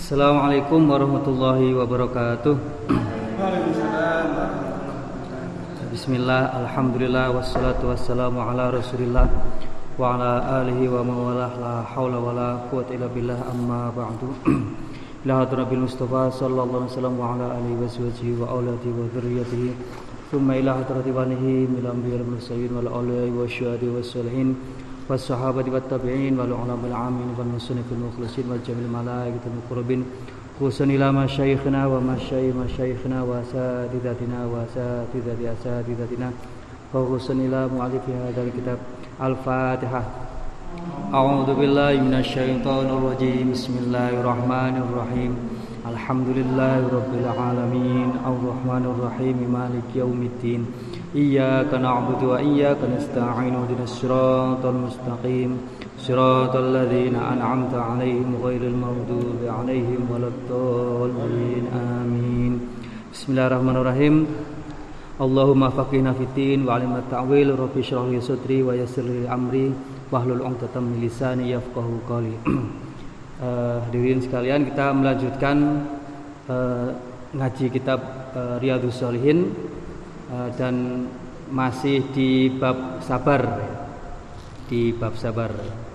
Assalamualaikum warahmatullahi wabarakatuh. Waalaikumsalam. Bismillah, alhamdulillah, wassalatu wassalamu ala rasulillah wa ala alihi wa mawalah, la hawla wa la quwwata illa billah, amma ba'du. Ila hadratil Mustafa sallallahu alaihi wasallam wa ala alihi wa sahbihi wa auladihi wa dzurriyyatihi thumma ila hadrati walihi min anbiya'il mursalin wal awliya'i wasyuhada'i wassalihin wassahabati wattabi'in wal ulama'i amin wal musannifil mukhlisin wal jamil malaikatil muqarrabin khususan ila masyayikhina wa masyayikhina wa asatidatina wa asatidatina wa khususan ila mu'allifi hadzal kitab al-fatihah. A'udzu billahi minasyaitonir rajim. Bismillahirrahmanirrahim. Alhamdulillahirabbil alamin arrahmanir rahim maliki yaumiddin. Iyyaka na'budu wa iyyaka nasta'in ihdinas siratal mustaqim siratal ladzina an'amta 'alaihim ghairil maghdubi 'alaihim waladdallin. Amin. Bismillahirrahmanirrahim. Allahumma faqihna fiddin wa 'allimna ta'wil, rabbi shrah li sadri wa yassir li amri wahlul 'uqdatam min lisani yafqahu qawli. Hadirin sekalian, kita melanjutkan ngaji kitab Riyadhus Shalihin dan masih di bab sabar. Di bab sabar.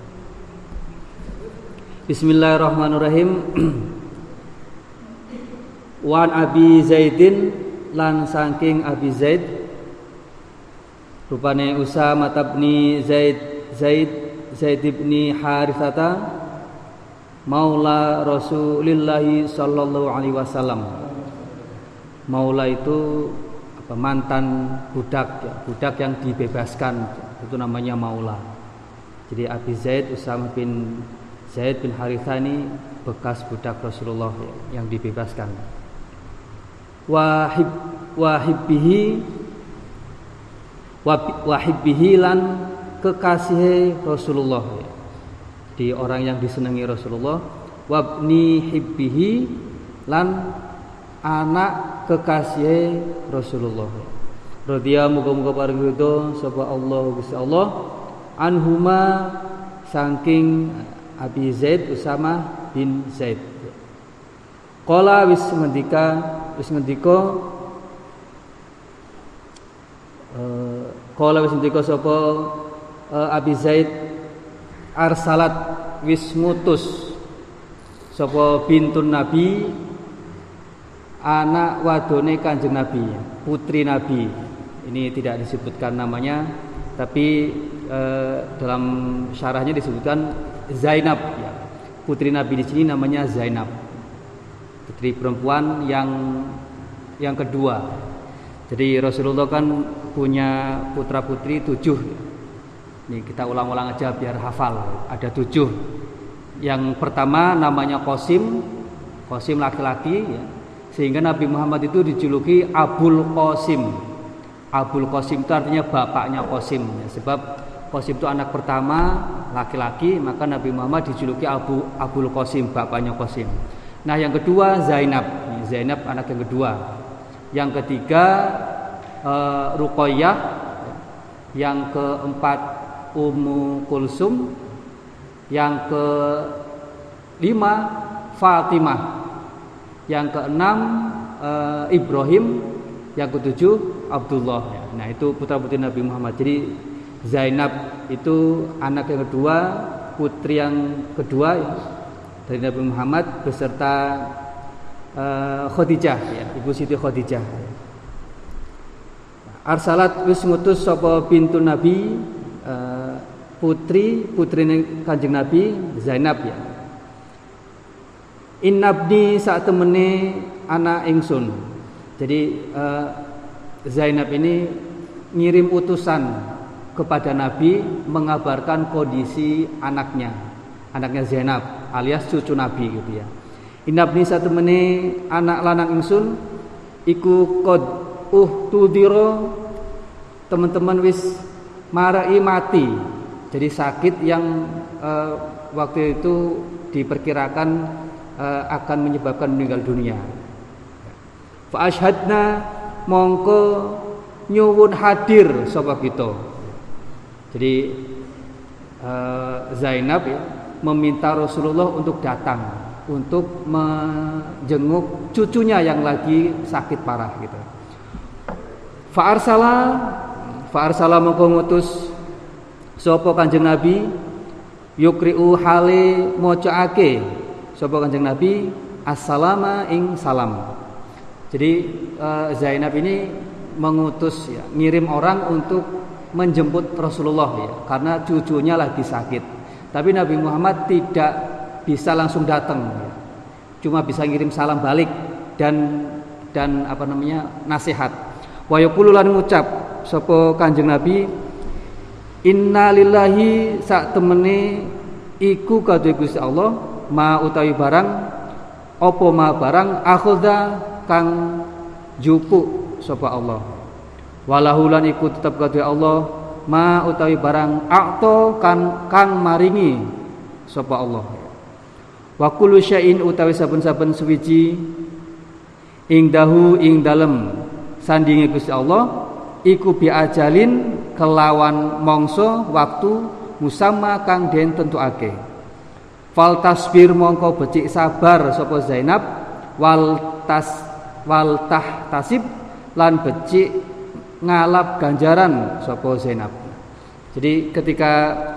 Bismillahirrahmanirrahim. Wan Abi Zaidin, lan saking Abi Zaid rupane Usama bin Zaid ibni Harithata maula Rasulillahi sallallahu alaihi wasallam. Maula itu mantan budak, ya, budak yang dibebaskan, itu namanya maula. Jadi Abi Zaid, Usama bin Zaid bin Harithah ini bekas budak Rasulullah, ya, yang dibebaskan. Wahibbihi lan kekasih Rasulullah, ya. Di orang yang disenangi Rasulullah. Wabni hibbihi lan anak kekasih Rasulullah. Radhiya muga-muga paring ridho sapa Allah Gusti Allah anhuma saking Abi Zaid Usama bin Zaid. Qala wis ngendika sapa Abi Zaid arsalat wis ngutus sapa bintun Nabi, anak wadone Kanjeng Nabi, putri Nabi. Ini tidak disebutkan namanya, tapi dalam syarahnya disebutkan Zainab, ya. Putri Nabi di sini namanya Zainab, putri perempuan yang kedua. Jadi Rasulullah kan punya putra putri 7. Ini kita ulang-ulang aja biar hafal. Ada 7. Yang pertama namanya Qasim laki-laki, ya. Sehingga Nabi Muhammad itu dijuluki Abul Qasim. Abul Qasim itu artinya bapaknya Qasim, ya. Sebab Qasim itu anak pertama laki-laki, maka Nabi Muhammad dijuluki Abul Qasim, bapaknya Qasim. Nah, yang kedua Zainab. Zainab anak yang kedua. Yang ketiga Ruqayyah. Yang keempat Ummu Kulsum. Yang kelima Fatimah. Yang keenam Ibrahim. Yang ketujuh Abdullah, ya. Nah, itu putra-putri Nabi Muhammad. Jadi Zainab itu anak yang kedua, putri yang kedua, ya, dari Nabi Muhammad beserta Khadijah, ya, Ibu Siti Khadijah. Arsalat wis ngutus sapa bintu Nabi, putri Kanjeng Nabi Zainab, ya. Innabni saat temene anak ingsun. Jadi Zainab ini ngirim utusan kepada Nabi mengabarkan kondisi anaknya Zainab alias cucu Nabi, gitu, ya. Innabni saat temene anak lanang ingsun iku qad tudiro, teman-teman wis marai mati. Jadi sakit yang waktu itu diperkirakan akan menyebabkan meninggal dunia. Fa asyhadna mongko nyuwun hadir sapa kita. Jadi Zainab, ya, meminta Rasulullah untuk datang. untuk menjenguk cucunya yang lagi sakit parah gitu. Fa'arsala mongko ngutus sapa Kanjeng Nabi yukri'u hale macaake sapa Kanjeng Nabi assalama ing salam. Jadi Zainab ini mengutus ya, ngirim orang untuk menjemput Rasulullah ya, karena cucunya lagi sakit. Tapi Nabi Muhammad tidak bisa langsung datang ya. Cuma bisa ngirim salam balik dan nasihat. Wa yaqulu lan ngucap sapa Kanjeng Nabi innalillahi sak temene iku kadhe Gusti Allah ma utawi barang apa ma barang akhudha kang jupu sapa Allah walahu lan iku tetep kadhe Allah ma utawi barang akto kang maringi sapa Allah wa kullu syai'in utawi saben-saben suwiji ing dahu ing dalem sandinge Gusti Allah iku bi ajalin kelawan mangsa waktu musamma kang den tentuake fal tasbir mongko becik sabar sapa Zainab wal tahtasib lan becik ngalap ganjaran sapa Zainab. Jadi ketika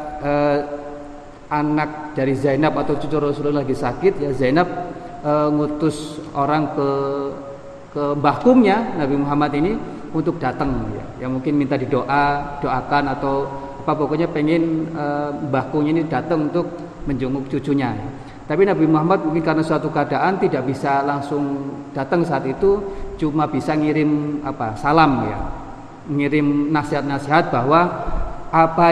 anak dari Zainab atau cucu Rasulullah lagi sakit ya Zainab ngutus orang ke mbah kumnya Nabi Muhammad ini untuk datang ya mungkin minta doakan atau apa pokoknya pengen mbah kumnya ini datang untuk menjenguk cucunya ya. Tapi Nabi Muhammad mungkin karena suatu keadaan tidak bisa langsung datang saat itu, cuma bisa ngirim salam ya, ngirim nasihat-nasihat bahwa apa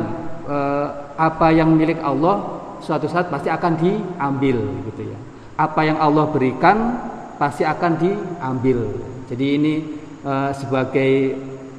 yang milik Allah suatu saat pasti akan diambil gitu ya. Apa yang Allah berikan pasti akan diambil. Jadi ini sebagai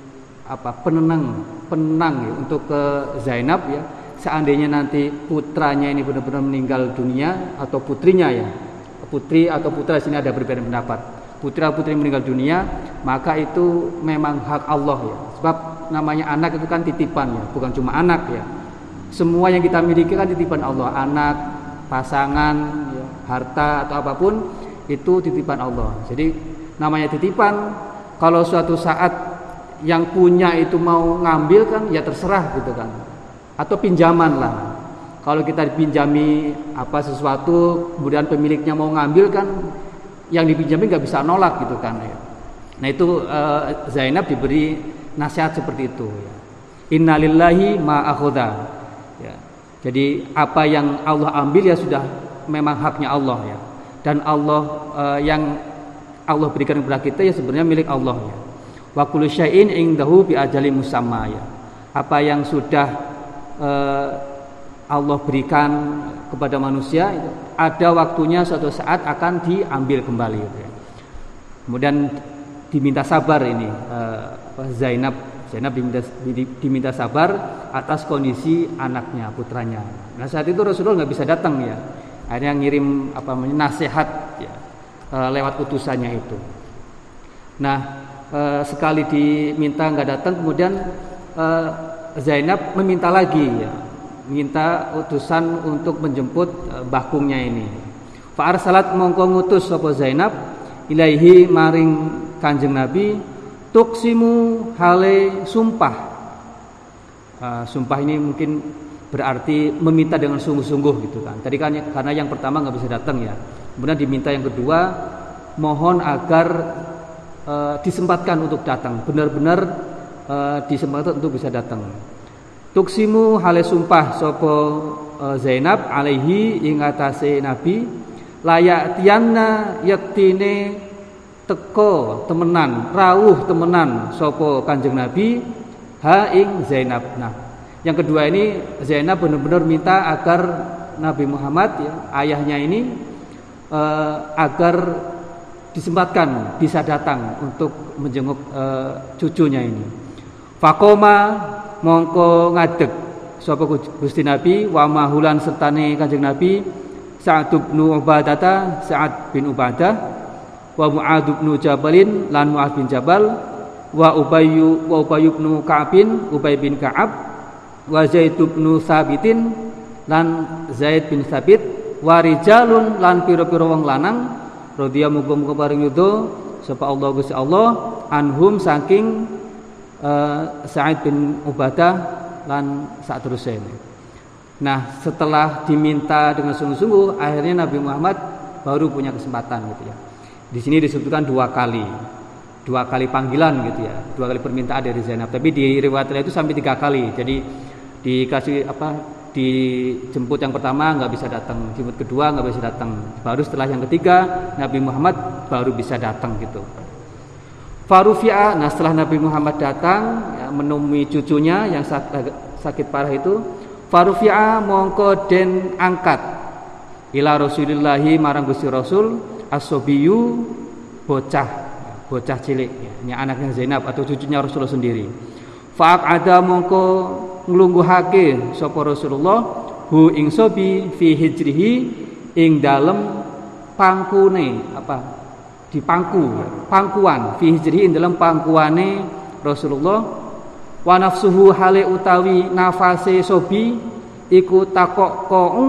penenang ya, untuk ke Zainab ya. Seandainya nanti putranya ini benar-benar meninggal dunia atau putrinya ya, putri atau putra di sini ada berbeda pendapat. Putra putri meninggal dunia, maka itu memang hak Allah ya. Sebab namanya anak itu kan titipan ya, bukan cuma anak ya. Semua yang kita miliki kan titipan Allah, anak, pasangan, ya, harta atau apapun itu titipan Allah. Jadi namanya titipan, kalau suatu saat yang punya itu mau ngambil kan ya terserah gitu kan. Atau pinjaman lah. Kalau kita dipinjami sesuatu, kemudian pemiliknya mau ngambil kan, yang dipinjami nggak bisa nolak gitu kan. Ya. Nah itu Zainab diberi nasihat seperti itu. Ya. Innalillahi ma akhudha. Ya. Jadi apa yang Allah ambil ya sudah memang haknya Allah ya. Dan Allah yang Allah berikan kepada kita ya sebenarnya milik Allah ya. Wa kullu syai'in indahu bi ajalin musamma ya. Apa yang sudah Allah berikan kepada manusia itu ada waktunya suatu saat akan diambil kembali gitu ya. Kemudian diminta sabar ini Zainab diminta sabar atas kondisi anaknya, putranya. Nah saat itu Rasulullah nggak bisa datang ya, akhirnya ngirim nasihat ya, lewat utusannya itu. Nah sekali diminta nggak datang, kemudian Zainab meminta lagi ya, minta utusan untuk menjemput bakungnya ini. Fa arsalat mongko ngutus sapa Zainab ilaihi maring Kanjeng Nabi tuksimu hale sumpah. Sumpah ini mungkin berarti meminta dengan sungguh-sungguh gitu kan. Tadi kan karena yang pertama nggak bisa datang ya. Kemudian diminta yang kedua mohon agar disempatkan untuk datang, benar-benar disempatkan untuk bisa datang. Tuksimu hale sumpah sapa Zainab alaihi ing atase Nabi layak tianna yaktine teko temenan rawuh temenan sapa Kanjeng Nabi ha ing Zainab. Nah, yang kedua ini Zainab benar-benar minta agar Nabi Muhammad ya, ayahnya ini agar disempatkan bisa datang untuk menjenguk cucunya ini. Fakoma mongko ngadeg sapa Gusti Nabi wa mahulan sertane Kanjeng Nabi Sa'ad bin Ubadah, Sa'ad bin Ubadah wa Mu'adz bin Jabalin lan Mu'adz bin Jabal wa Ubay bin Ka'ab Ubay bin Ka'ab wa Zaid bin Sabitin lan Zaid bin Sabit warijalun lan pira-pira wong lanang radhiya muga-muga paring yudo sapa Allah Gusti Allah anhum saking Sa'id bin Ubadah lan saterusé. Nah, setelah diminta dengan sungguh-sungguh, akhirnya Nabi Muhammad baru punya kesempatan gitu ya. Di sini disebutkan 2 kali panggilan gitu ya, 2 kali permintaan dari Zainab. Tapi di riwayat itu sampai 3 kali. Jadi dikasih dijemput yang pertama nggak bisa datang, jemput kedua nggak bisa datang, baru setelah yang ketiga Nabi Muhammad baru bisa datang gitu. Farufi'a, nah setelah Nabi Muhammad datang ya, menemui cucunya yang sakit parah itu, farufi'a mongko den angkat ila Rasulillahi marang Gusti Rasul as-sobiyu bocah cilik ya, anaknya Zainab atau cucunya Rasulullah sendiri. Fa'aqada mongko nglungguhake sapa Rasulullah hu ing sobi fi hijrihi ing dalem pangkune di pangkuan fi hijrihi ing dalem pangkuane Rasulullah wa nafsuhu hale utawi nafase sobi iku takok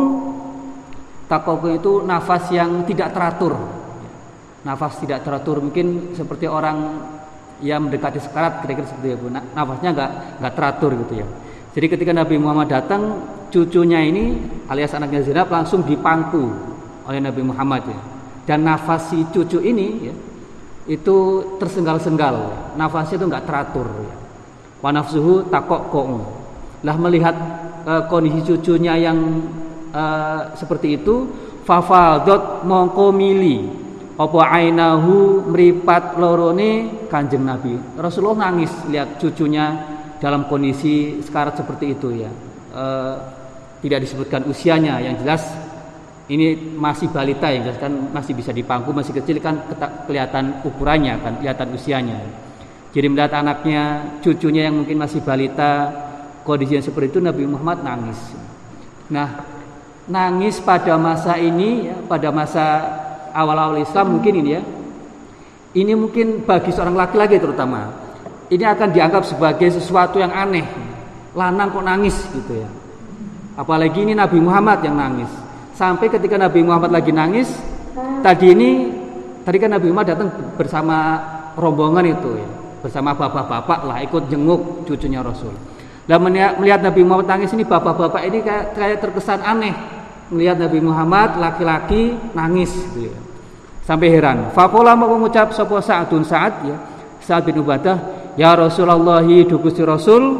itu nafas yang tidak teratur. Nafas tidak teratur mungkin seperti orang yang mendekati sekarat kira-kira seperti itu. Nafasnya enggak teratur gitu ya. Jadi ketika Nabi Muhammad datang, cucunya ini alias anaknya Zainab langsung dipangku oleh Nabi Muhammad ya. Dan nafas si cucu ini ya, itu tersenggal-senggal. Nafasnya itu enggak teratur ya. Wa nafsuhu taqoqqu. Lah melihat kondisi cucunya yang seperti itu, fafadot mongko mili apa ainahu mripat lorone Kanjeng Nabi. Rasulullah nangis lihat cucunya dalam kondisi sekarat seperti itu ya. Tidak disebutkan usianya, yang jelas ini masih balita, yang jelas kan masih bisa dipangku, masih kecil kan kelihatan ukurannya kan, kelihatan usianya. Jadi melihat anaknya, cucunya yang mungkin masih balita, kondisi yang seperti itu Nabi Muhammad nangis. Nah, nangis pada masa ini ya, pada masa awal-awal Islam mungkin ini ya. Ini mungkin bagi seorang laki-laki terutama, ini akan dianggap sebagai sesuatu yang aneh. Lanang kok nangis gitu ya. Apalagi ini Nabi Muhammad yang nangis. Sampai ketika Nabi Muhammad lagi nangis, tadi kan Nabi Muhammad datang bersama rombongan itu ya, bersama bapak-bapak lah ikut jenguk cucunya Rasul. Dan melihat Nabi Muhammad nangis ini, bapak-bapak ini kayak terkesan aneh melihat Nabi Muhammad laki-laki nangis gitu ya. Sampai heran. Faqala mau mengucap sapa Sa'ad ya, Sa'ad bin Ubadah, ya Rasulullah du Gusti Rasul,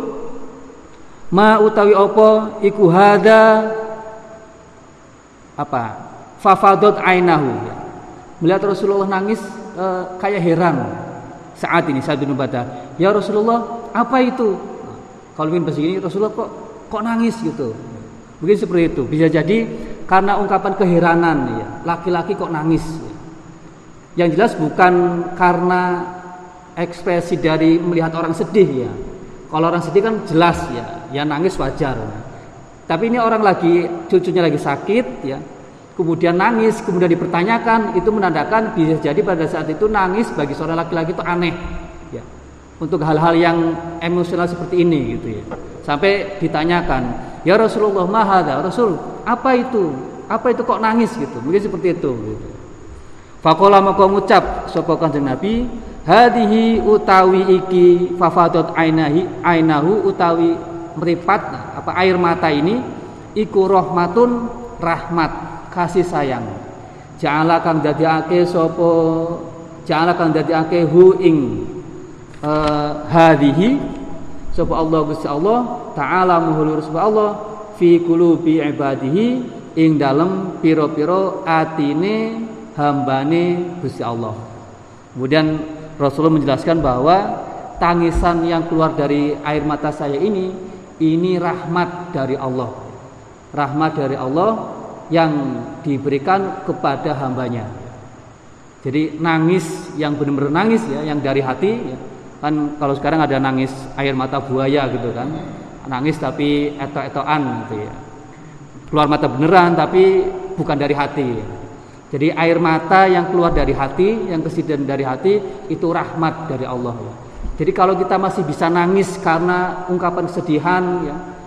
ma utawi apa iku hada fafadot ainahu ya. Melihat Rasulullah nangis kayak heran. Sa'ad bin Ubadah, ya Rasulullah, apa itu? Kalau ingin begini Rasulullah kok nangis gitu. Mungkin seperti itu. Bisa jadi karena ungkapan keheranan ya, laki-laki kok nangis ya. Yang jelas bukan karena ekspresi dari melihat orang sedih ya. Kalau orang sedih kan jelas ya nangis wajar. Tapi ini orang cucunya lagi sakit ya, kemudian nangis, kemudian dipertanyakan, itu menandakan bisa jadi pada saat itu nangis bagi seorang laki-laki itu aneh ya. Untuk hal-hal yang emosional seperti ini gitu ya. Sampai ditanyakan, ya Rasulullah mahadha, Rasul, apa itu? Apa itu kok nangis gitu? Mungkin seperti itu gitu. Faqala maka ngucap sapa Kanjeng Nabi, hadhihi utawi iki fafadot ainahu utawi meripat air mata ini iku rahmatun rahmat kasih sayang. Ja'ala kang dadiake hu ing hadhihi sapa Allah Gusti Allah taala muhulur sapa Allah fi qulubi ibadihi ing dalem pira-pira atine hambane Gusti Allah. Kemudian Rasulullah menjelaskan bahwa tangisan yang keluar dari air mata saya ini rahmat dari Allah. Rahmat dari Allah yang diberikan kepada hambanya. Jadi nangis yang benar-benar nangis ya, yang dari hati ya. Kan kalau sekarang ada nangis air mata buaya gitu kan. Nangis tapi etok-etokan gitu ya. Keluar mata beneran tapi bukan dari hati. Jadi air mata yang keluar dari hati, yang kesedihan dari hati itu rahmat dari Allah ya. Jadi kalau kita masih bisa nangis karena ungkapan kesedihan ya,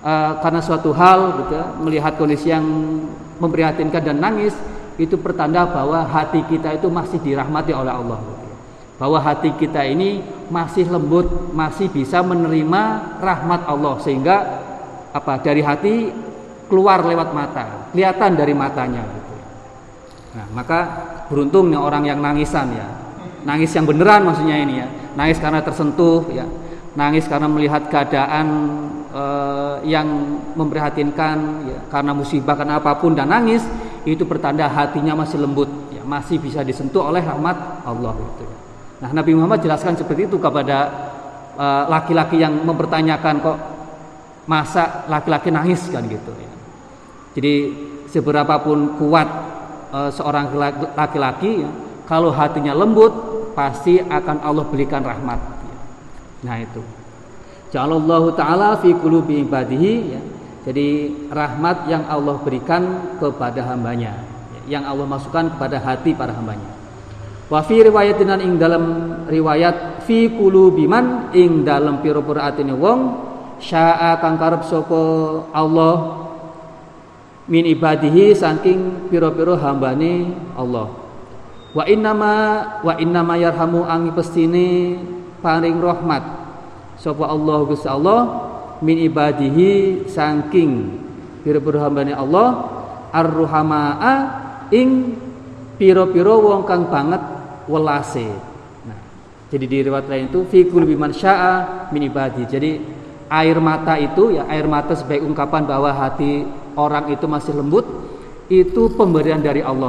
karena suatu hal gitu, melihat kondisi yang memprihatinkan dan nangis, itu pertanda bahwa hati kita itu masih dirahmati oleh Allah gitu. Bahwa hati kita ini masih lembut, masih bisa menerima rahmat Allah, sehingga dari hati keluar lewat mata, kelihatan dari matanya gitu. Nah, maka beruntungnya orang yang nangisan ya, nangis yang beneran maksudnya ini ya, nangis karena tersentuh ya, nangis karena melihat keadaan yang memprihatinkan ya, karena musibah, karena apapun, dan nangis, itu pertanda hatinya masih lembut ya, masih bisa disentuh oleh rahmat Allah gitu. Nah, Nabi Muhammad jelaskan seperti itu kepada laki-laki yang mempertanyakan, kok masa laki-laki nangis kan gitu ya. Jadi seberapapun kuat seorang laki-laki ya, kalau hatinya lembut pasti akan Allah berikan rahmat ya. Nah itu Ja'alallahu ta'ala fi qulubi ibadihi ya. Jadi rahmat yang Allah berikan kepada hambanya ya, yang Allah masukkan kepada hati para hambanya. Wa fi riwayatinan ing dalam riwayat fi qulubi man ing dalam pira-pira atine wong syaa kang karep sapa Allah min ibadihi saking pira-pira hambane Allah. Wa innama yarhamu angi pestine paring rahmat sapa Allah Gusti Allah min ibadihi saking pira-pira hambane Allah ar-ruhamaa ing pira-pira wong kang banget welase. Nah, jadi di riwayat lain itu fi qulubi man syaa min ibadihi. Jadi air mata itu ya, air mata sebagai ungkapan bahwa hati orang itu masih lembut, itu pemberian dari Allah.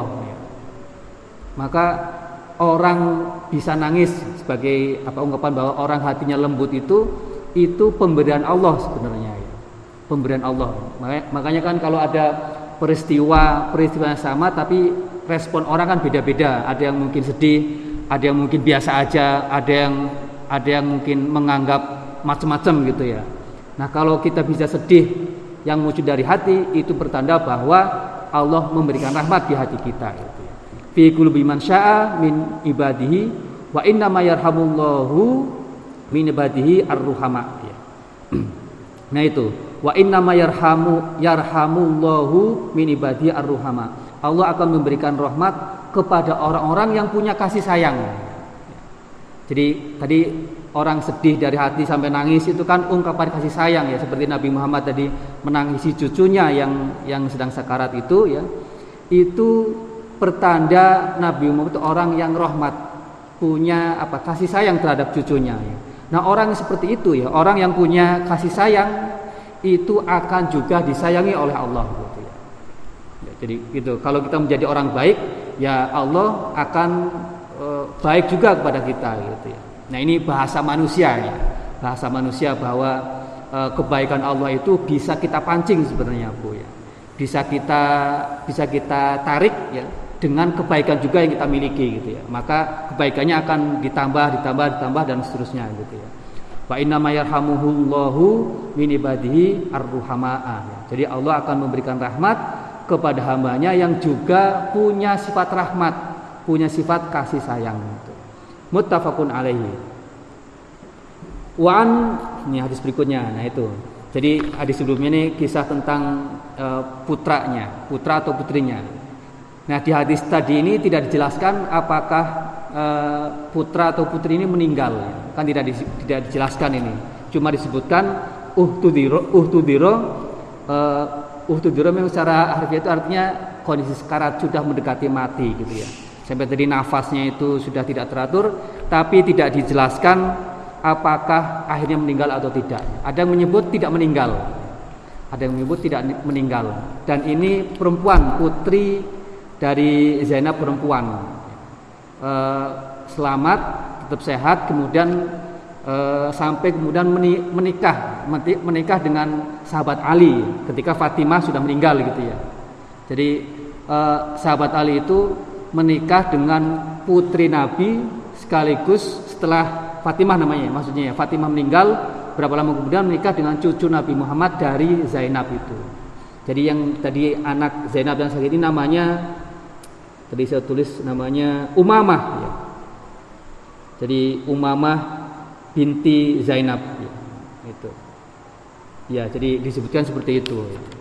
Maka orang bisa nangis sebagai ungkapan bahwa orang hatinya lembut, itu pemberian Allah sebenarnya ya. Pemberian Allah. Makanya kan kalau ada peristiwa yang sama tapi respon orang kan beda-beda. Ada yang mungkin sedih, ada yang mungkin biasa aja, ada yang mungkin menganggap macam-macam gitu ya. Nah, kalau kita bisa sedih yang muncul dari hati, itu pertanda bahwa Allah memberikan rahmat di hati kita gitu ya. Fi qulubi man syaa min ibadihi wa inna ma yarhamullahu min ibadihi ar-ruhama ya. Nah itu wa inna ma yarhamullahu min ibadihi ar-ruhama. Allah akan memberikan rahmat kepada orang-orang yang punya kasih sayang. Jadi tadi orang sedih dari hati sampai nangis itu kan ungkapan kasih sayang ya, seperti Nabi Muhammad tadi menangisi cucunya yang sedang sakarat itu ya. Itu pertanda Nabi Muhammad itu orang yang rahmat, punya kasih sayang terhadap cucunya ya. Nah, orang seperti itu ya, orang yang punya kasih sayang itu akan juga disayangi oleh Allah gitu ya. Jadi gitu, kalau kita menjadi orang baik ya Allah akan baik juga kepada kita gitu ya. Nah, ini bahasa manusia ya. Bahasa manusia bahwa kebaikan Allah itu bisa kita pancing sebenarnya Bu ya. Bisa kita tarik ya dengan kebaikan juga yang kita miliki gitu ya. Maka kebaikannya akan ditambah dan seterusnya gitu ya. Wa inna ma yarhamuhullahu min ibadihi ar-ruhamaa ya. Jadi Allah akan memberikan rahmat kepada hambanya yang juga punya sifat rahmat, punya sifat kasih sayang gitu. Muttafaqun alaihi. Ini hadis berikutnya. Nah itu. Jadi hadis sebelumnya ini kisah tentang putra atau putrinya. Nah, di hadis tadi ini tidak dijelaskan apakah putra atau putri ini meninggal. Kan tidak dijelaskan ini. Cuma disebutkan uhtudiro memang secara harfiah itu artinya kondisi sekarat, sudah mendekati mati gitu ya. Sampai tadi nafasnya itu sudah tidak teratur, tapi tidak dijelaskan apakah akhirnya meninggal atau tidak. Ada yang menyebut tidak meninggal, ada yang menyebut tidak meninggal. Dan ini perempuan, putri dari Zainab, perempuan, selamat, tetap sehat, kemudian sampai kemudian menikah dengan sahabat Ali ketika Fatimah sudah meninggal gitu ya. Jadi sahabat Ali itu menikah dengan putri Nabi sekaligus setelah Fatimah namanya, maksudnya ya, Fatimah meninggal berapa lama kemudian menikah dengan cucu Nabi Muhammad dari Zainab itu. Jadi yang tadi anak Zainab yang sakit ini namanya, tadi saya tulis namanya Umamah ya. Jadi Umamah binti Zainab ya. Itu. Ya, jadi disebutkan seperti itu.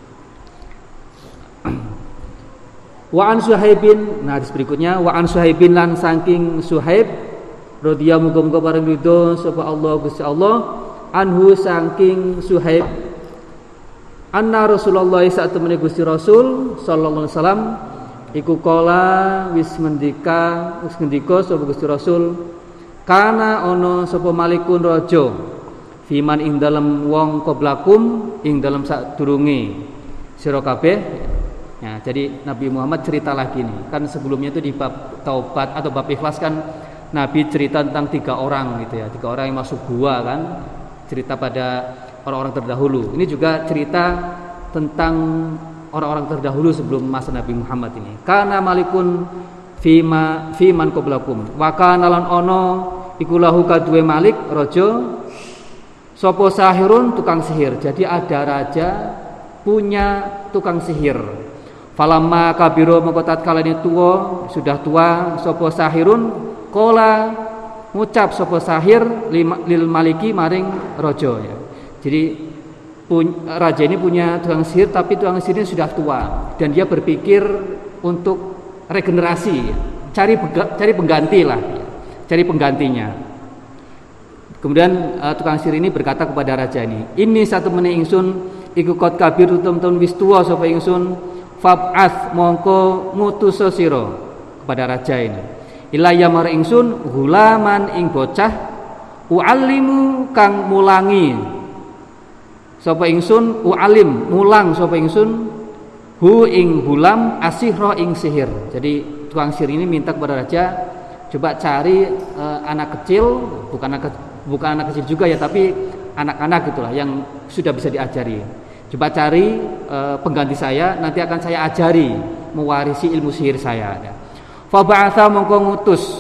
Wa an Suhaibin, nah hadis berikutnya wa an Suhaibin lan saking Suhaib radhiyallahu muga-muga paring ridho sapa Allah Gusti Allah anhu saking Suhaib anna Rasulullah sak temene Gusti Rasul sallallahu alaihi wasallam iku kala wis ngendika sapa Gusti Rasul kana ana sapa malikun raja fiman ing dalem wong qablakum ing dalem sadurunge sira kabeh. Ya, jadi Nabi Muhammad cerita lagi nih. Kan sebelumnya itu di bab taubat atau bab ikhlas kan Nabi cerita tentang 3 orang gitu ya. 3 orang yang masuk gua kan. Cerita pada orang-orang terdahulu. Ini juga cerita tentang orang-orang terdahulu sebelum masa Nabi Muhammad ini. Kana malikun fiman qablakum. Wa kana lan ono iku lahu kaduwe malik raja sapa sahirun tukang sihir. Jadi ada raja punya tukang sihir. Falamma kabiro moko tatkala ini tua, sudah tua sapa sahirun qala ngucap sapa sahir lil maliki maring raja ya. Jadi raja ini punya tukang sihir tapi tukang sihirnya sudah tua dan dia berpikir untuk regenerasi, cari pengganti lah ya. Cari penggantinya. Kemudian tukang sihir ini berkata kepada raja ini satu meneh ingsun iku kot kabir utum-utum wis tuwa sapa ingsun fab'ath mongko ngutus sira kepada raja ini ilaya mar ingsun gulaman ing bocah u'allimu kang mulangi sapa ingsun u'alim mulang sapa ingsun hu ing gulam asihra ing sihir. Jadi tukang sihir ini minta kepada raja coba cari anak kecil, bukan anak kecil juga ya, tapi anak-anak gitulah yang sudah bisa diajari. Coba cari pengganti saya, nanti akan saya ajari mewarisi ilmu sihir saya. Fa ba'atha mongko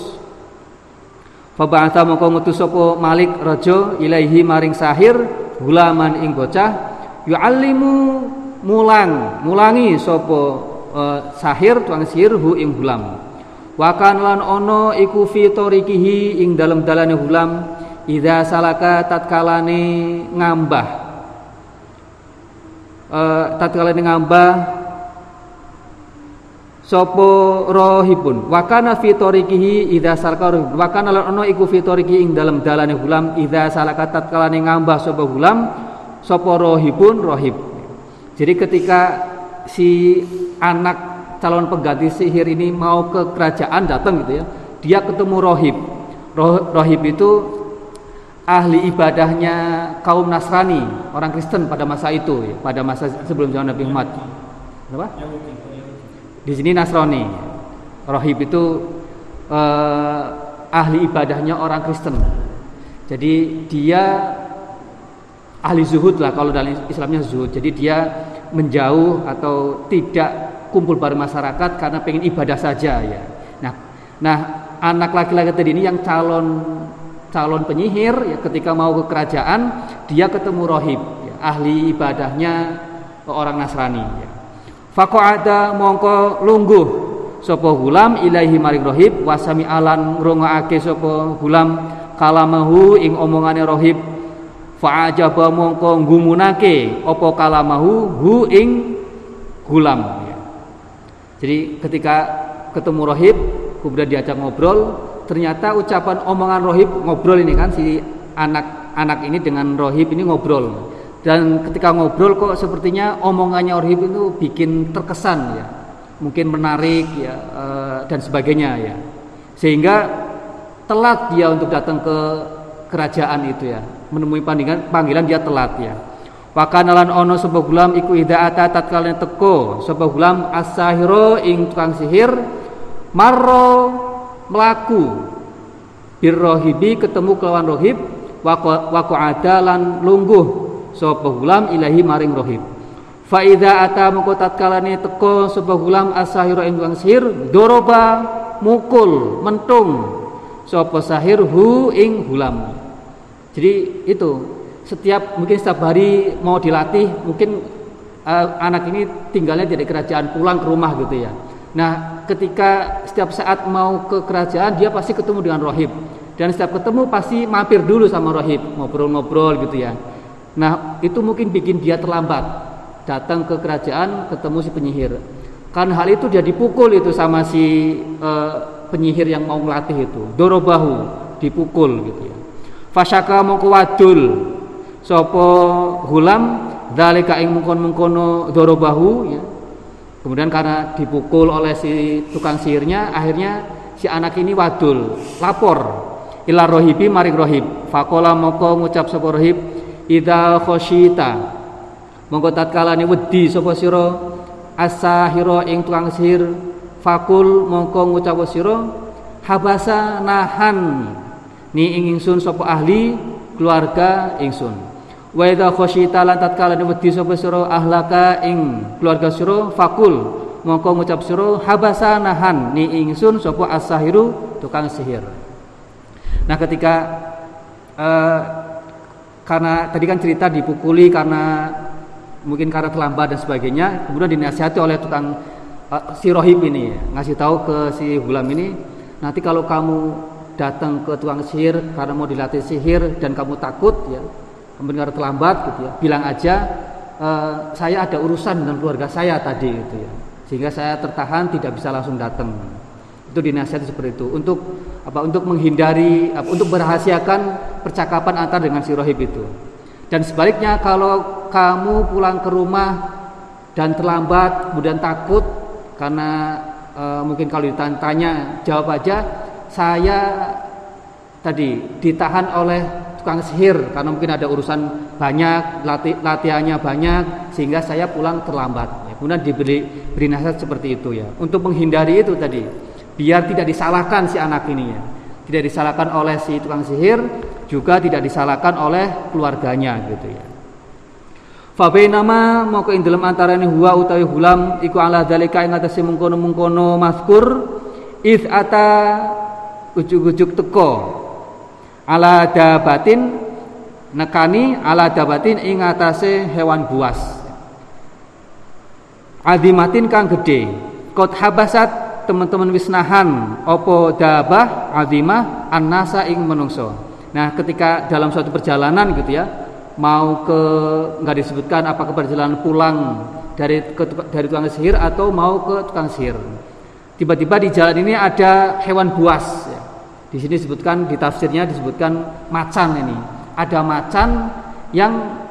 ngutus sapa Malik raja ilaihi maring sahir gulaman ing bocah yu'allimu mulangi sapa sahir tukang sihir hu ing gulam. Wa kan lan ana iku fi tariqihi ing dalem dalane gulam idza salaka tatkalane ngambah sapa rohibun wa kana fi tariqihi idza salaka wa kana lan ana iku fi tariqihi ing dalem dalane gulam idza salaka tatkalane ngambah sapa gulam sapa rohibun rohib. Jadi ketika si anak calon pengganti sihir ini mau ke kerajaan datang gitu ya, dia ketemu rohib. Rohib itu ahli ibadahnya kaum Nasrani, orang Kristen pada masa itu ya, pada masa sebelum zaman Nabi Muhammad. Apa? Di sini Nasrani. Rohib itu ahli ibadahnya orang Kristen. Jadi dia ahli zuhud lah, kalau dalam Islamnya zuhud. Jadi dia menjauh atau tidak kumpul bareng masyarakat karena pengen ibadah saja ya. Nah anak laki-laki tadi ini yang calon penyihir ya, ketika mau ke kerajaan dia ketemu rohib ya, ahli ibadahnya orang Nasrani ya. Faqa'ada mongko lungguh sapa gulam ilaihi maring rohib wasami alan ngrungoake sapa gulam kalamahu ing omongane rohib fa'ajaba mongko nggumunake apa kalamahu hu ing gulam ya. Jadi ketika ketemu rohib kemudian diajak ngobrol, ternyata ucapan omongan rohib ngobrol ini kan si anak ini dengan rohib ini ngobrol. Dan ketika ngobrol kok sepertinya omongannya rohib itu bikin terkesan ya, mungkin menarik ya dan sebagainya ya, sehingga telat dia untuk datang ke kerajaan itu ya, menemui panggilan dia telat ya. Wakanalan ono sapa gulam iku idza ata tatkala teko sapa gulam as-sahiro ing tukang sihir marro melaku birrohibi ketemu kelawan rohib waqa'ada lan lungguh sapa gulam ilahi maring rohib fa idza ata moko tatkalane teko sapa gulam as-sahiro ing tukang sihir doroba mukul mentung sapa sahir hu ing gulam. Jadi itu setiap hari mau dilatih, mungkin anak ini tinggalnya di kerajaan, pulang ke rumah gitu ya. Nah ketika setiap saat mau ke kerajaan dia pasti ketemu dengan rohib, dan setiap ketemu pasti mampir dulu sama rohib, ngobrol-ngobrol gitu ya. Nah, itu mungkin bikin dia terlambat datang ke kerajaan ketemu si penyihir. Karena hal itu dia dipukul itu sama si penyihir yang mau melatih itu. Dorobahu, dipukul gitu ya. Fasyaka mongko wadul sapa Hulam dzalika ing mungkon-mungkono dorobahu ya. Kemudian karena dipukul oleh si tukang sihirnya, akhirnya si anak ini wadul, lapor ila rohibi maring rohib. Faqala mongko ngucap sapa rohib, idza khasyita mongko tatkala ni wedi sapa sira as-sahira ing tukang sihir, fakul mongko ngucap sira habasa nahan ni ing ingsun sapa ahli keluarga ingsun. Wa idza khasyita lan tatkala ni wedi sapa sira ahlaka ing keluarga sira, fakul mongko ngucap sira habasa nahan ni ingsun sapa as-sahiru tukang sihir. Nah, ketika karena tadi kan cerita dipukuli karena mungkin karena terlambat dan sebagainya, kemudian dinasihati oleh tukang si rohib ini ngasih tahu ke si Hulam ini, nanti kalau kamu datang ke tukang sihir karena mau dilatih sihir dan kamu takut ya, kemudian karena terlambat gitu ya, bilang aja saya ada urusan dengan keluarga saya tadi gitu ya, sehingga saya tertahan tidak bisa langsung datang. Itu dinasihati seperti itu untuk menghindari untuk merahasiakan percakapan antar dengan si rohib itu. Dan sebaliknya kalau kamu pulang ke rumah dan terlambat kemudian takut karena mungkin kalau ditanya jawab aja saya tadi ditahan oleh tukang sihir karena mungkin ada urusan banyak, latihannya banyak sehingga saya pulang terlambat ya, kemudian beri nasihat seperti itu ya, untuk menghindari itu tadi, biar tidak disalahkan si anak ini ya, tidak disalahkan oleh si tukang sihir, juga tidak disalahkan oleh keluarganya gitu ya. Fa bainama moko ing dalem antarané huwa utawi Hulam iku ala dzalika ing atase mungkono-mungkono mazkur iz ata ujug-ujug teko ala dabatin nekani ala dabatin ing atase hewan buas adimatin kang gedhe qad habasat teman-teman wisnahan opo dabah azimah annasa ing menungso. Nah, ketika dalam suatu perjalanan gitu ya, mau ke nggak disebutkan apakah perjalanan pulang dari tukang sihir atau mau ke tukang sihir. Tiba-tiba di jalan ini ada hewan buas ya. Di sini disebutkan, di tafsirnya disebutkan macan ini. Ada macan yang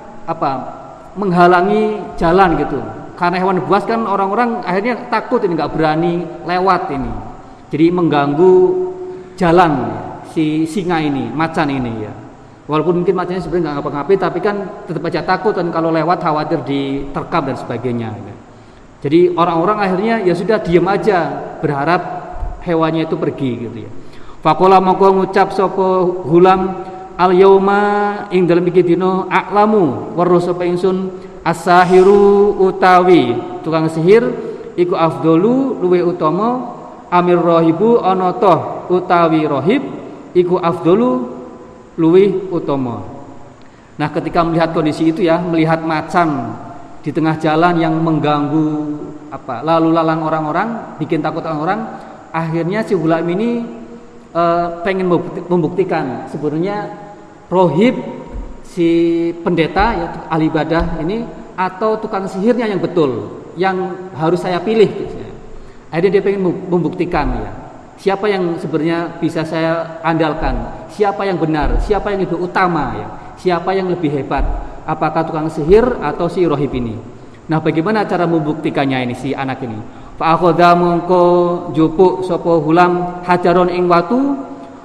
menghalangi jalan gitu. Karena hewan buas kan orang-orang akhirnya takut ini, nggak berani lewat ini. Jadi mengganggu jalan si singa ini, macan ini ya. Walaupun mungkin macannya sebenarnya nggak ngapa-ngapain, tapi kan tetap aja takut dan kalau lewat khawatir diterkam dan sebagainya. Ya. Jadi orang-orang akhirnya ya sudah diam aja, berharap hewannya itu pergi gitu ya. Faqala mongko ngucap sapa Hulam al yauma ing dalem iki dina a'lamu weruh sapa ingsun as-sahiru utawi tukang sihir iku afdolu luwe utama amir rohibu ana toh utawi rohib iku afdolu luwe utama. Nah, ketika melihat kondisi itu ya, melihat macan di tengah jalan yang mengganggu lalu lalang orang-orang, bikin takut orang-orang, akhirnya si Hulam ini pengen membuktikan sebenarnya rohib si pendeta ya ahli ibadah ini atau tukang sihirnya yang betul yang harus saya pilih gitu. Akhirnya dia pengen membuktikan ya, siapa yang sebenarnya bisa saya andalkan, siapa yang benar, siapa yang lebih utama ya, siapa yang lebih hebat, apakah tukang sihir atau si rohib ini. Nah, bagaimana cara membuktikannya ini si anak ini? Fa akhadha mongko jupuk sapa Hulam hajaron ing watu,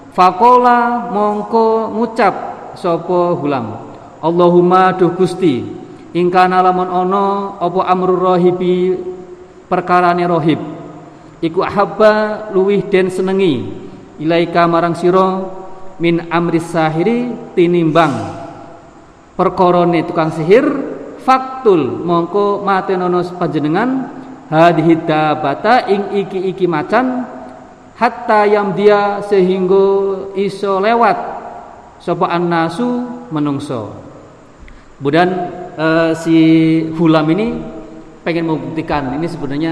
faqala mongko ngucap sapa Hulam, Allahumma duh Gusti, ing kana lamun ana apa amrul rohibi perkarane rohib iku ahabba luwih den senengi ilaika marang sira min amris sahiri tinimbang perkarane tukang sihir, faktul mongko matenono panjenengan hadhihi dabata ing iki macan hatta yam dia sehingga iso lewat sapa annasu menungso. Kemudian si Hulam ini pengen membuktikan ini sebenarnya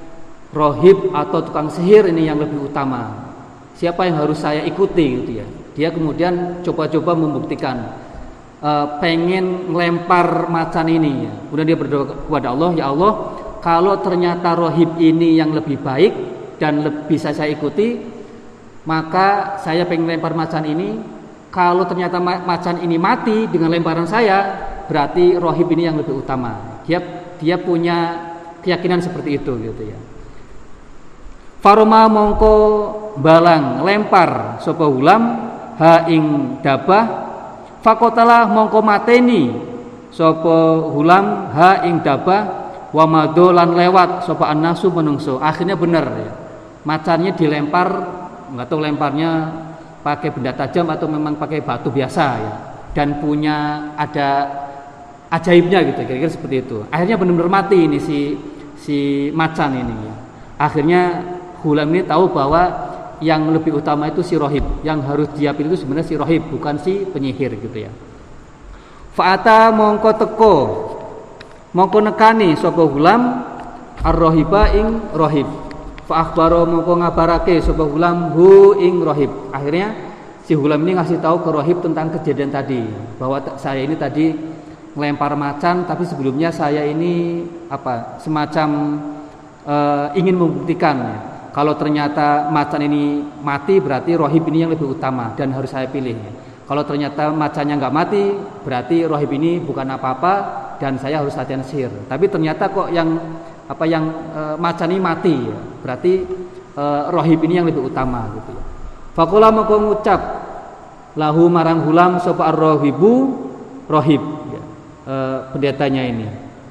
rohib atau tukang sihir ini yang lebih utama. Siapa yang harus saya ikuti gitu ya. Dia kemudian coba-coba membuktikan pengen ngelempar macan ini ya. Kemudian dia berdoa kepada Allah, ya Allah, kalau ternyata rohib ini yang lebih baik dan bisa saya ikuti, maka saya pengen lempar macan ini. Kalau ternyata macan ini mati dengan lemparan saya, berarti rohib ini yang lebih utama. Dia punya keyakinan seperti itu gitu ya. Faroma mongko balang lempar sapa hulam ha ing dabah. Fakotalah mongko mateni sapa hulam ha ing dabah wa madolan lewat sapa annasu menungso. Akhirnya benar ya. Macannya dilempar, enggak tahu lemparnya pakai benda tajam atau memang pakai batu biasa ya. Dan punya ada ajaibnya gitu, kira-kira seperti itu. Akhirnya benar-benar mati ini si macan ini ya. Akhirnya hulam ini tahu bahwa yang lebih utama itu si rohib, yang harus dia pilih itu sebenarnya si rohib, bukan si penyihir gitu ya. Fa'ata mongko teko mongko nekani sapa hulam ar-rohiba ing rohib. Fa'akhbaro mongko ngabarake sapa hulam hu ing rohib. Akhirnya si hulam ini ngasih tahu ke rohib tentang kejadian tadi, bahwa saya ini tadi ngelempar macan, tapi sebelumnya saya ini semacam ingin membuktikan ya. Kalau ternyata macan ini mati, berarti rohib ini yang lebih utama dan harus saya pilih. Kalau ternyata macannya nggak mati, berarti rohib ini bukan apa-apa dan saya harus latihan sihir. Tapi ternyata kok yang macan ini mati, ya. Berarti rohib ini yang lebih utama gitu ya. Fakola moko ngucap lahu marang hulam sapa ar-rohibu rohib ya. Pendetanya ini.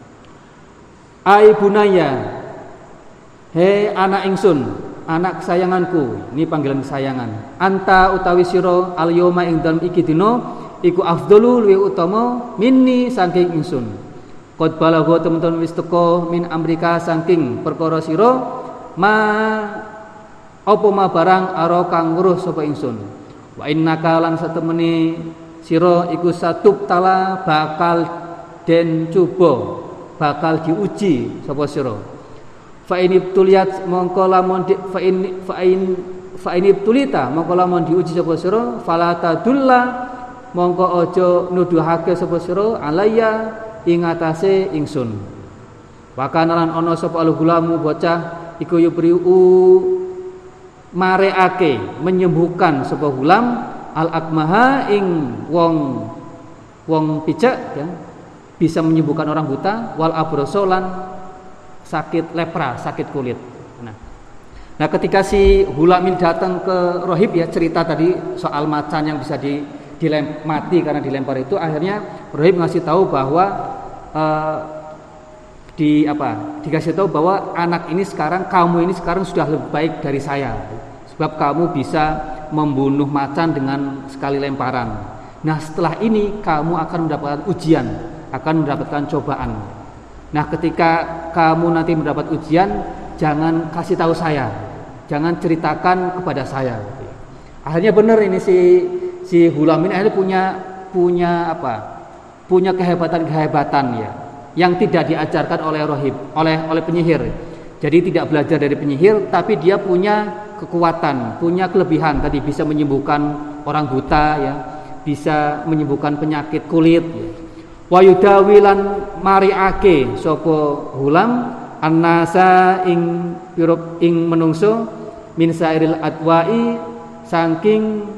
Ai bunaya, hei anak ingsun, anak kesayanganku, ini panggilan kesayangan. Anta utawi sira al-yoma ing dalem iki dina iku afdalu luwih utama minni saking ingsun. Qad balagha temen-temen wis teka min amrika saking perkara sira apa barang aro kang weruh sapa ingsun. Wa innaka lan satemene sira iku satub tala bakal den coba, bakal diuji sapa sira. Fa in ibtuliyat mongko lamun fa in ibtulita mongko lamun diuji sapa sira fala tadulla mongko aja nuduhake sapa sira alayya ing atase ingsun. Wa kana lan ana sapa al-gulamu bocah iku yubriu mareake menyembuhkan sapa hulam al-akmaha ing wong picek ya, bisa menyembuhkan orang buta wal abrosolan sakit lepra, sakit kulit. Nah, ketika si Hulamin datang ke rohib ya, cerita tadi soal macan yang bisa mati karena dilempar itu, akhirnya rohib ngasih tahu bahwa dikasih tahu bahwa anak ini sekarang, kamu ini sekarang sudah lebih baik dari saya, sebab kamu bisa membunuh macan dengan sekali lemparan. Nah, setelah ini kamu akan mendapatkan ujian, akan mendapatkan cobaan. Nah, ketika kamu nanti mendapat ujian, jangan kasih tahu saya, jangan ceritakan kepada saya. Akhirnya benar ini si Hulam ini akhirnya punya kehebatan ya, yang tidak diajarkan oleh rohib, oleh penyihir. Jadi tidak belajar dari penyihir, tapi dia punya kekuatan, punya kelebihan. Tadi bisa menyembuhkan orang buta ya, bisa menyembuhkan penyakit kulit. Ya. Wa yudawilan mariake sapa Hulam annasa ing menungso min sairil adwai saking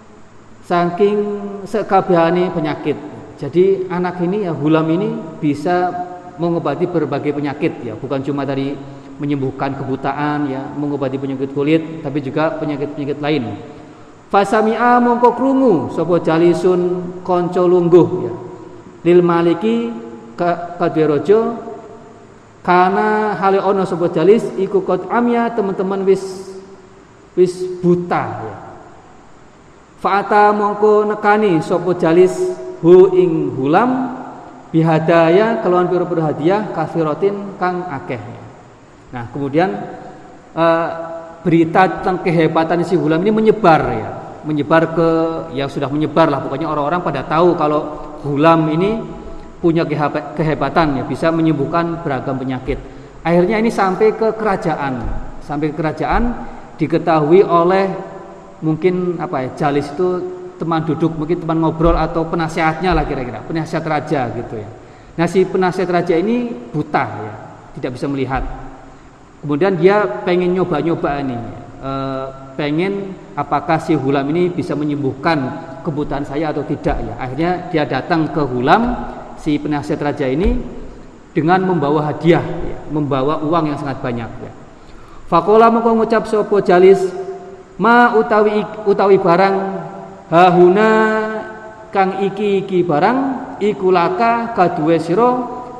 sekabehane penyakit. Jadi anak ini ya, Hulam ini bisa mengobati berbagai penyakit ya, bukan cuma dari menyembuhkan kebutaan ya, mengobati penyakit kulit, tapi juga penyakit-penyakit lain. Fasami'a mongko krungu sapa jalisun kanca lungguh ya. Lil maliki kadhe raja kana hale ana sapa jalis iku qad amya teman-teman wis buta ya. Fa'ata mongko nekani sapa jalis hu ing Hulam bihadaya kelawan pira-pira hadiah kathiratin kang akeh. Nah, kemudian berita tentang kehebatan si Hulam ini menyebar ya. Menyebar sudah menyebar lah, pokoknya orang-orang pada tahu kalau Hulam ini punya kehebatan ya, bisa menyembuhkan beragam penyakit. Akhirnya ini sampai ke kerajaan diketahui oleh mungkin jalis itu teman duduk, mungkin teman ngobrol atau penasihatnya lah kira-kira, penasihat raja gitu ya. Nah si penasihat raja ini buta ya, tidak bisa melihat. Kemudian dia pengen nyoba-nyoba nih, pengen apakah si Ghulam ini bisa menyembuhkan kebutaan saya atau tidak ya. Akhirnya dia datang ke Ghulam, si penasihat raja ini dengan membawa hadiah ya, membawa uang yang sangat banyak ya. Faqala mongko ngucap sapa jalis, ma utawi barang hahuna kang iki barang ikulaka kaduwe sira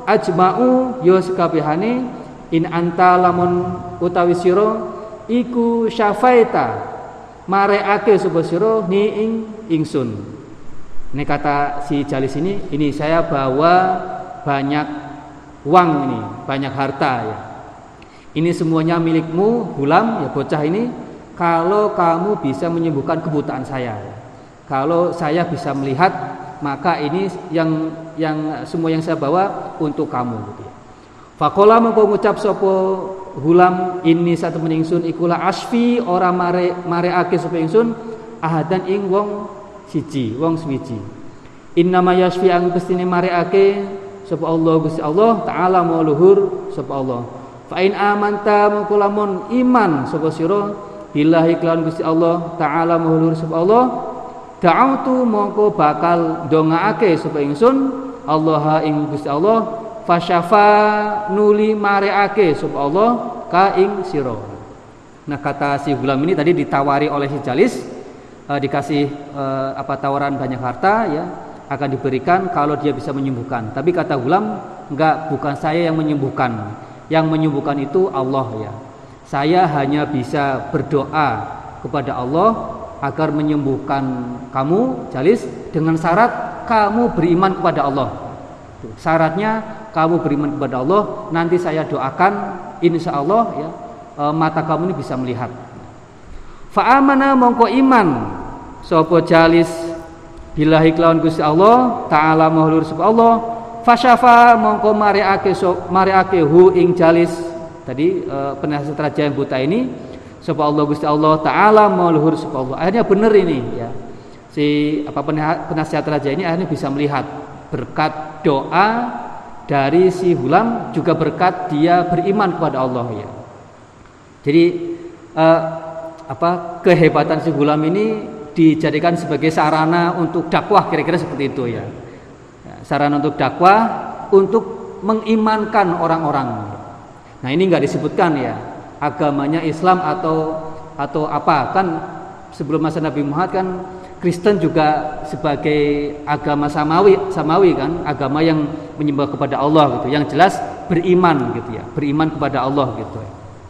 ajma'u ya sekabehane in anta lamun utawi sira iku syafaita mareake sapa sira ni ingsun. Ini kata si jalis ini saya bawa banyak uang ini, banyak harta ya. Ini semuanya milikmu Ghulam ya, bocah ini, kalau kamu bisa menyembuhkan kebutaan saya ya. Kalau saya bisa melihat, maka ini yang semua yang saya bawa untuk kamu gitu ya. Faqala mengko ngucap sapa Ghulam, ini satu meningsun ikulah asfi ora mareake sapa ingsun ahadan ing wong siji, wong suwiji. Innama yasfi ang pestine mareake sapa Allah Gusti Allah taala mau luhur sapa Allah. Fa in amanta mengko lamun iman sapa sira billahi kelawan Gusti Allah taala mau luhur sapa Allah, da'autu mongko bakal ndongaake sapa ingsun Allah ing Gusti Allah fasyafa nuli mareake sapa Allah ka ing sira. Nah kata si Ghulam ini tadi ditawari oleh si jalis, dikasih tawaran banyak harta ya, akan diberikan kalau dia bisa menyembuhkan. Tapi kata Ghulam, enggak, bukan saya yang menyembuhkan. Yang menyembuhkan itu Allah ya. Saya hanya bisa berdoa kepada Allah agar menyembuhkan kamu jalis dengan syarat kamu beriman kepada Allah. Syaratnya kamu beriman kepada Allah, nanti saya doakan insya Allah ya, mata kamu ini bisa melihat. Fa'amana mongko iman sapa jalis billahi kelawan Gusti Allah taala mahlur sapa Allah, fasyafa mongko mareake hu ing jalis tadi penasihat raja yang buta ini sapa Allah Gusti Allah taala mahlur sapa Allah. Akhirnya benar ini ya. Si penasihat raja ini akhirnya bisa melihat berkat doa dari si Ghulam, juga berkat dia beriman kepada Allah ya. Jadi kehebatan si Ghulam ini dijadikan sebagai sarana untuk dakwah, kira-kira seperti itu ya. Sarana untuk dakwah, untuk mengimankan orang-orang. Nah ini nggak disebutkan ya agamanya Islam atau apa, kan sebelum masa Nabi Muhammad kan Kristen juga sebagai agama samawi kan, agama yang menyembah kepada Allah gitu, yang jelas beriman gitu ya, beriman kepada Allah gitu.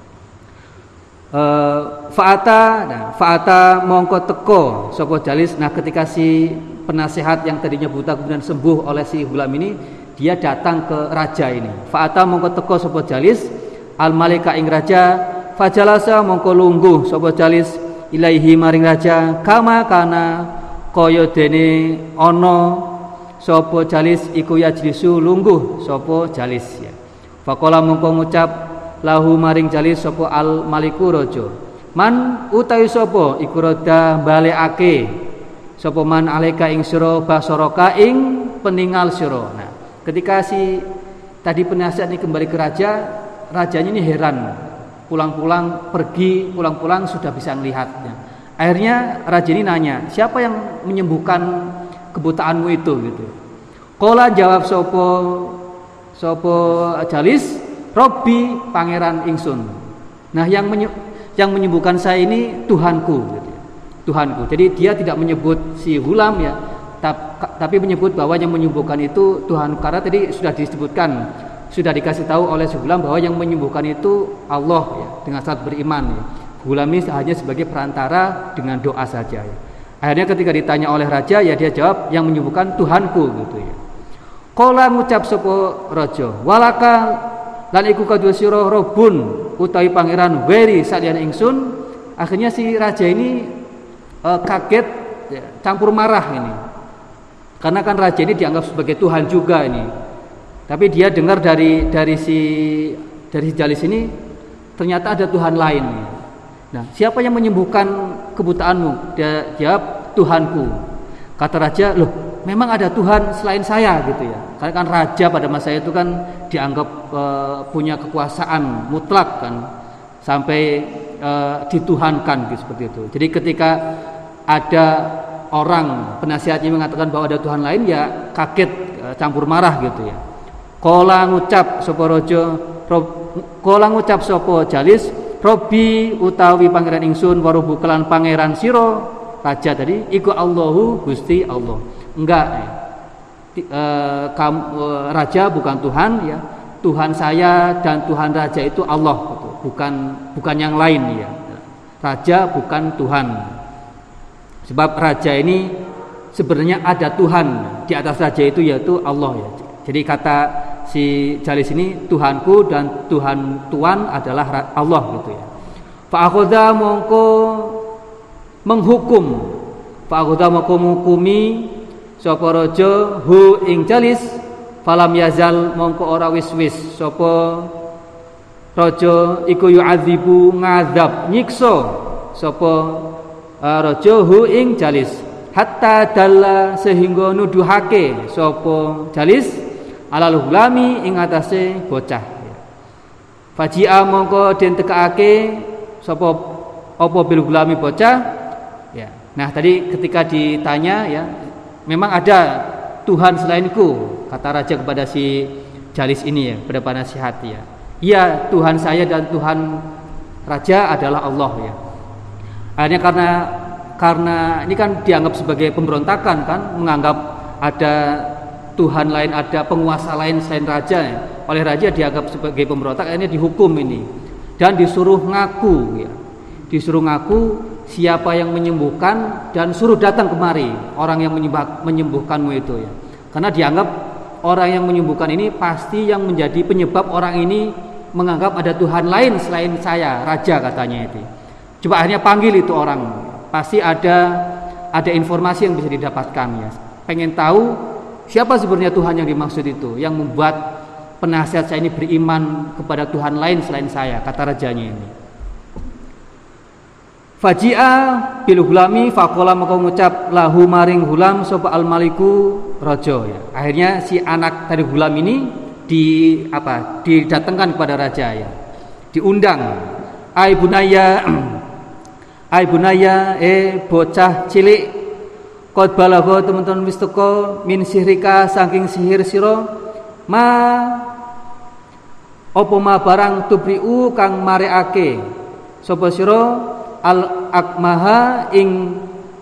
Fa'ata mongko teko sapa jalis. Nah ketika si penasehat yang tadinya buta kemudian sembuh oleh si Ghulam ini, dia datang ke raja ini. Fa'ata mongko teko sapa jalis al malika ing raja, fajalasa mongko lungguh sapa jalis ilaihi maring raja kama kana kaya dene ana sapa jalis iku yajlisu lungguh sapa jalis ya. Faqala mongko ngucap lahu maring jalis sapa al maliku raja, man utawi sapa iku rada balekake sapa man alaika ing sira basaraka ing peningal sira. Nah ketika si tadi penasihat ini kembali ke raja, rajanya ini heran, pulang-pulang sudah bisa melihatnya. Akhirnya raja ini nanya, siapa yang menyembuhkan kebutaanmu itu gitu. Qala jawab sopo jalis, Robbi pangeran ingsun. Nah yang menyembuhkan saya ini Tuhanku gitu. Tuhanku. Jadi dia tidak menyebut si Ghulam ya, tapi menyebut bahwa yang menyembuhkan itu Tuhan, karena tadi sudah disebutkan, sudah dikasih tahu oleh si Ghulam bahwa yang menyembuhkan itu Allah ya, dengan syarat beriman ya. Ghulam ini hanya sebagai perantara dengan doa saja ya. Akhirnya ketika ditanya oleh raja ya dia jawab yang menyembuhkan Tuhanku gitu ya. Qala ngucap sapa raja, walaka lan iku kadua sira robun utawi pangeran weri saliyane ingsun. Akhirnya si raja ini kaget ya, campur marah ini. Karena kan raja ini dianggap sebagai Tuhan juga ini. Tapi dia dengar dari jalis ini ternyata ada Tuhan lain. Nah, siapa yang menyembuhkan kebutaanmu? Dia jawab Tuhanku. Kata raja, loh memang ada Tuhan selain saya gitu ya. Karena kan raja pada masa itu kan dianggap punya kekuasaan mutlak kan, sampai dituhankan gitu, seperti itu. Jadi ketika ada orang penasihatnya mengatakan bahwa ada Tuhan lain, ya kaget, campur marah gitu ya. Kala ngucap sapa Jalis, Robi utawi pangeran ingsun warubu kelan pangeran siro raja tadi iku Allahu Gusti Allah. Enggak, raja bukan Tuhan ya. Tuhan saya dan Tuhan raja itu Allah gitu. Bukan yang lain ya. Raja bukan Tuhan. Sebab raja ini sebenarnya ada Tuhan di atas raja itu, yaitu Allah ya. Jadi kata si Jalis ini, Tuhanku dan Tuhan adalah Allah gitu ya. Fa akhadha mongko menghukum, fa akhadha mongko menghukumi sapa raja hu ing Jalis, falam yazal mongko ora wis-wis sapa raja iku yu'adzibu ngadzab nyiksa sapa raja hu ing Jalis, hatta dalla sehingga nuduhake sapa Jalis alal hulami ing atase bocah. Fajia mongko den tekake sapa apa bil hulami bocah ya. Nah tadi ketika ditanya ya, memang ada Tuhan selainku, kata raja kepada si Jalis ini ya, kepada penasihat ya. Iya, Tuhan saya dan Tuhan raja adalah Allah ya. Akhirnya karena ini kan dianggap sebagai pemberontakan kan, menganggap ada Tuhan lain, ada penguasa lain selain raja ya. Oleh raja dianggap sebagai pemberontak, akhirnya dihukum ini dan disuruh ngaku ya. Disuruh ngaku siapa yang menyembuhkan dan suruh datang kemari orang yang menyembuhkanmu itu ya. Karena dianggap orang yang menyembuhkan ini pasti yang menjadi penyebab orang ini menganggap ada Tuhan lain selain saya, raja katanya itu. Coba akhirnya panggil itu orang, pasti ada informasi yang bisa didapatkan ya. Pengen tahu siapa sebenarnya Tuhan yang dimaksud itu, yang membuat penasihat saya ini beriman kepada Tuhan lain selain saya, kata rajanya ini. Faji'a bil hulami faqala maka ngucap lahu maring hulam sapa al maliku raja ya. Akhirnya si anak dari hulam ini didatangkan kepada raja ya. Diundang. Ai bunaya bocah cilik qad balagha teman-teman wis teka min sihrika saking sihir sira ma apa ma barang tubriu kang marekake sapa sira al akmaha ing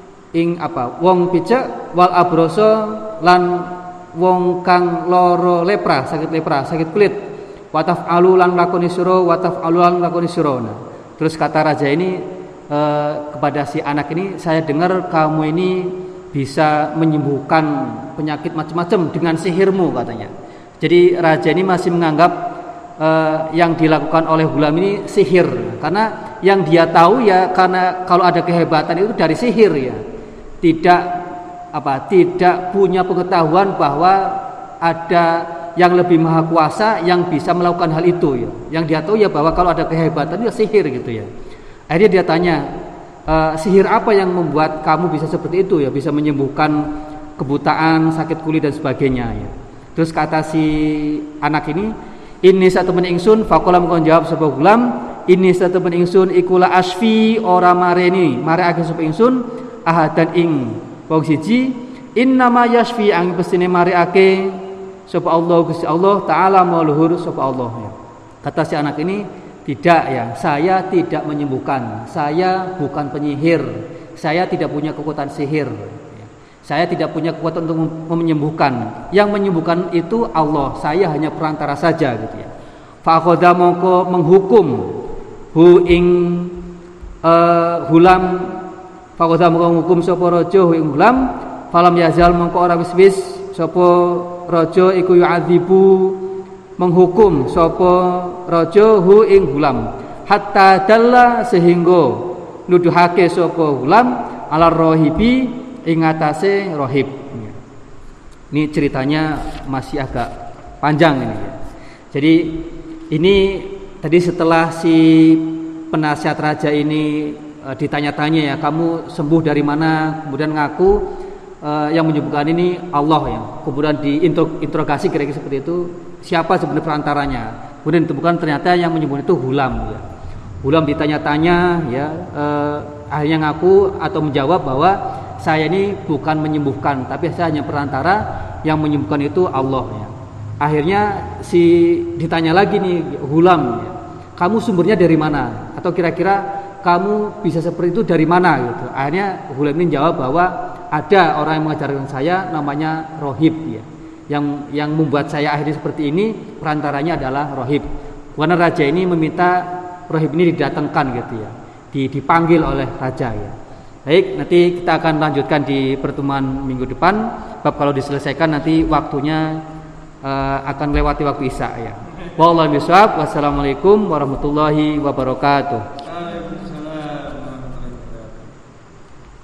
wong picek wal abroso lan wong kang loro lepra sakit kulit wataf alulan lakoni sira nah, terus kata raja ini kepada si anak ini, saya dengar kamu ini bisa menyembuhkan penyakit macam-macam dengan sihirmu katanya. Jadi raja ini masih menganggap yang dilakukan oleh Hulam ini sihir, karena yang dia tahu ya karena kalau ada kehebatan itu dari sihir ya, tidak punya pengetahuan bahwa ada yang lebih maha kuasa yang bisa melakukan hal itu ya. Yang dia tahu ya bahwa kalau ada kehebatan itu sihir gitu ya. Akhirnya dia tanya, sihir apa yang membuat kamu bisa seperti itu ya, bisa menyembuhkan kebutaan, sakit kulit dan sebagainya ya. Terus kata si anak ini satu men ingsun faqala mengko jawab sapa Gulam, ini satu men ingsun ikula asfi ora mareake sapa ingsun ahadan ing wong siji innama yasfi ang pestine mareake sapa Allah Gusti Allah taala mauluhur sapa Allah ya. Kata si anak ini, tidak ya, saya tidak menyembuhkan, saya bukan penyihir, saya tidak punya kekuatan sihir, saya tidak punya kekuatan untuk menyembuhkan. Yang menyembuhkan itu Allah, saya hanya perantara saja gitu ya. Faqada mongko menghukum hu ing Hulam, faqada mongko menghukum sapa raja hu ing Hulam, falam yazal mongko ora wis-wis sapa raja iku yu'adzibu menghukum sapa raja hu ing Hulam hatta dalla sehingga nuduhake sapa Hulam ala rohibi ing atase rohib. Ini ceritanya masih agak panjang ini ya. Jadi ini tadi setelah si penasihat raja ini ditanya-tanya ya, kamu sembuh dari mana, kemudian ngaku yang menyembuhkan ini Allah ya. Kemudian diinterogasi kira-kira seperti itu, siapa sebenarnya perantaranya. Kemudian ditemukan ternyata yang menyembuhkan itu Hulam ya. Hulam ditanya-tanya ya, akhirnya ngaku atau menjawab bahwa saya ini bukan menyembuhkan, tapi saya hanya perantara, yang menyembuhkan itu Allah ya. Akhirnya ditanya lagi nih Hulam ya, kamu sumbernya dari mana? Atau kira-kira kamu bisa seperti itu dari mana gitu. Akhirnya Hulam ini jawab bahwa ada orang yang mengajarkan saya namanya Rohib ya. Yang membuat saya akhirnya seperti ini perantaranya adalah Rohib. Karena raja ini meminta Rohib ini didatangkan gitu ya. Dipanggil oleh raja ya. Baik, nanti kita akan lanjutkan di pertemuan minggu depan. Bab kalau diselesaikan nanti waktunya akan melewati waktu Isya ya. Wassalamualaikum warahmatullahi wabarakatuh.